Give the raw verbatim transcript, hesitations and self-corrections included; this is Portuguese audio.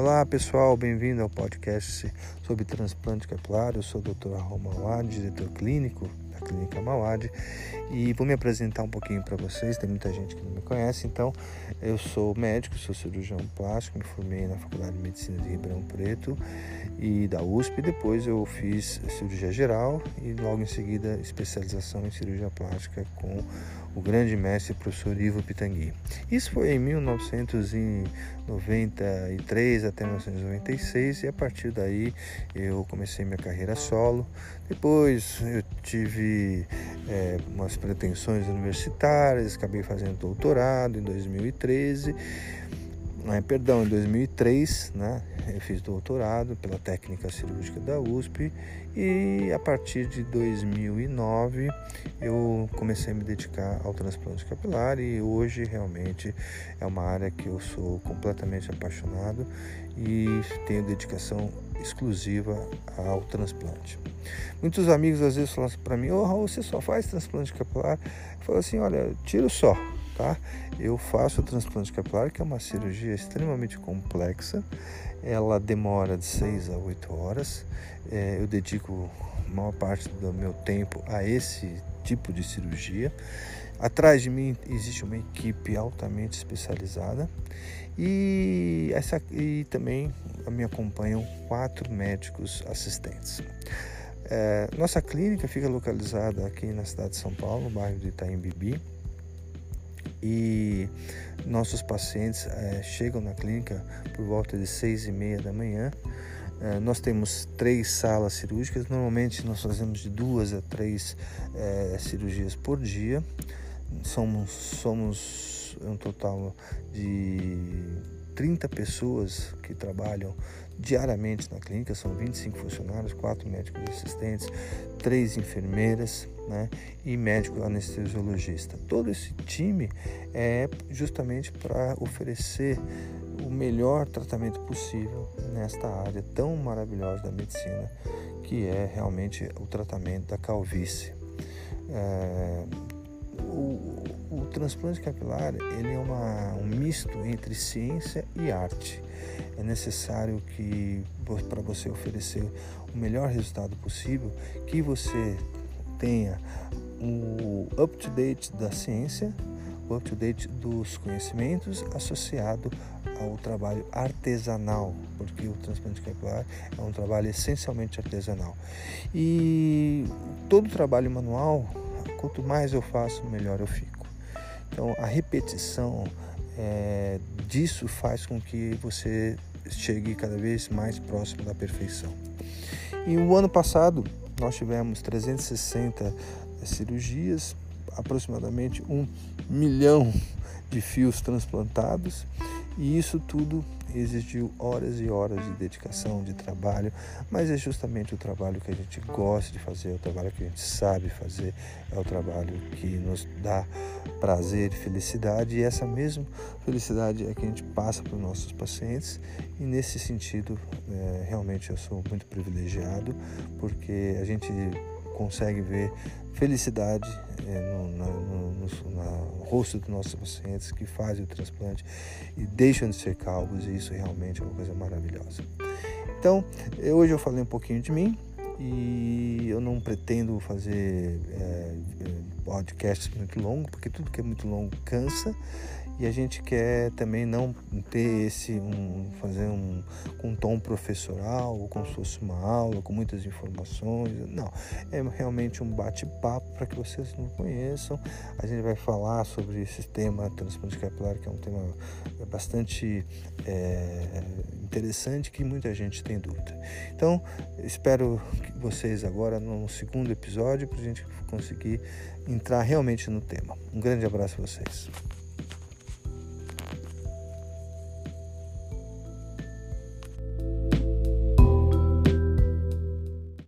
Olá pessoal, bem-vindo ao podcast sobre transplante capilar. Eu sou o doutor Arron Mauad, diretor clínico da Clínica Mauad, e vou me apresentar um pouquinho para vocês. Tem muita gente que não me conhece, então eu sou médico, sou cirurgião plástico, me formei na Faculdade de Medicina de Ribeirão Preto e da U S P. Depois eu fiz cirurgia geral e logo em seguida especialização em cirurgia plástica com o grande mestre professor Ivo Pitangui. Isso foi em mil novecentos e noventa e três até mil novecentos e noventa e seis, e a partir daí eu comecei minha carreira solo. Depois eu tive é, umas pretensões universitárias, acabei fazendo doutorado em dois mil e treze. Ah, perdão, em dois mil e três, né, eu fiz doutorado pela técnica cirúrgica da U S P, e a partir de dois mil e nove eu comecei a me dedicar ao transplante capilar, e hoje realmente é uma área que eu sou completamente apaixonado e tenho dedicação exclusiva ao transplante. Muitos amigos às vezes falam assim para mim: "Ô Raul, você só faz transplante capilar?" Eu falo assim: olha, tiro só. Tá? Eu faço o transplante capilar, que é uma cirurgia extremamente complexa. Ela demora de seis a oito horas. É, eu dedico a maior parte do meu tempo a esse tipo de cirurgia. Atrás de mim existe uma equipe altamente especializada e, essa, e também me acompanham quatro médicos assistentes. É, nossa clínica fica localizada aqui na cidade de São Paulo, no bairro de Itaim Bibi. E nossos pacientes é, chegam na clínica por volta de seis e meia da manhã. É, nós temos três salas cirúrgicas. Normalmente nós fazemos de duas a três é, cirurgias por dia. Somos, somos um total de trinta pessoas que trabalham diariamente na clínica. São vinte e cinco funcionários, quatro médicos assistentes, três enfermeiras, né, e médico anestesiologista. Todo esse time é justamente para oferecer o melhor tratamento possível nesta área tão maravilhosa da medicina, que é realmente o tratamento da calvície. É, o, o transplante capilar ele é uma, um misto entre ciência e arte. É necessário que, para você oferecer o melhor resultado possível, que você tenha o up-to-date da ciência, o up-to-date dos conhecimentos associado ao trabalho artesanal, porque o transplante capilar é um trabalho essencialmente artesanal. E todo trabalho manual, quanto mais eu faço, melhor eu fico. Então, a repetição é, disso faz com que você chegue cada vez mais próximo da perfeição. E o ano passado, nós tivemos trezentas e sessenta cirurgias, aproximadamente um milhão de fios transplantados, e isso tudo exigiu horas e horas de dedicação, de trabalho, mas é justamente o trabalho que a gente gosta de fazer, é o trabalho que a gente sabe fazer, é o trabalho que nos dá prazer e felicidade, e essa mesma felicidade é que a gente passa para os nossos pacientes. E nesse sentido, é, realmente eu sou muito privilegiado, porque a gente consegue ver felicidade é, no, na, no, no, no rosto dos nossos pacientes que fazem o transplante e deixam de ser calvos, e isso realmente é uma coisa maravilhosa. Então, hoje eu falei um pouquinho de mim, e eu não pretendo fazer é, podcasts muito longos, porque tudo que é muito longo cansa, e a gente quer também não ter esse, um, fazer um, com um tom professoral, ou como se fosse uma aula, com muitas informações. Não, é realmente um bate-papo para que vocês não conheçam. A gente vai falar sobre esse tema transplante capilar, que é um tema bastante é, interessante, que muita gente tem dúvida. Então, espero que vocês agora no segundo episódio, para a gente conseguir entrar realmente no tema. Um grande abraço a vocês.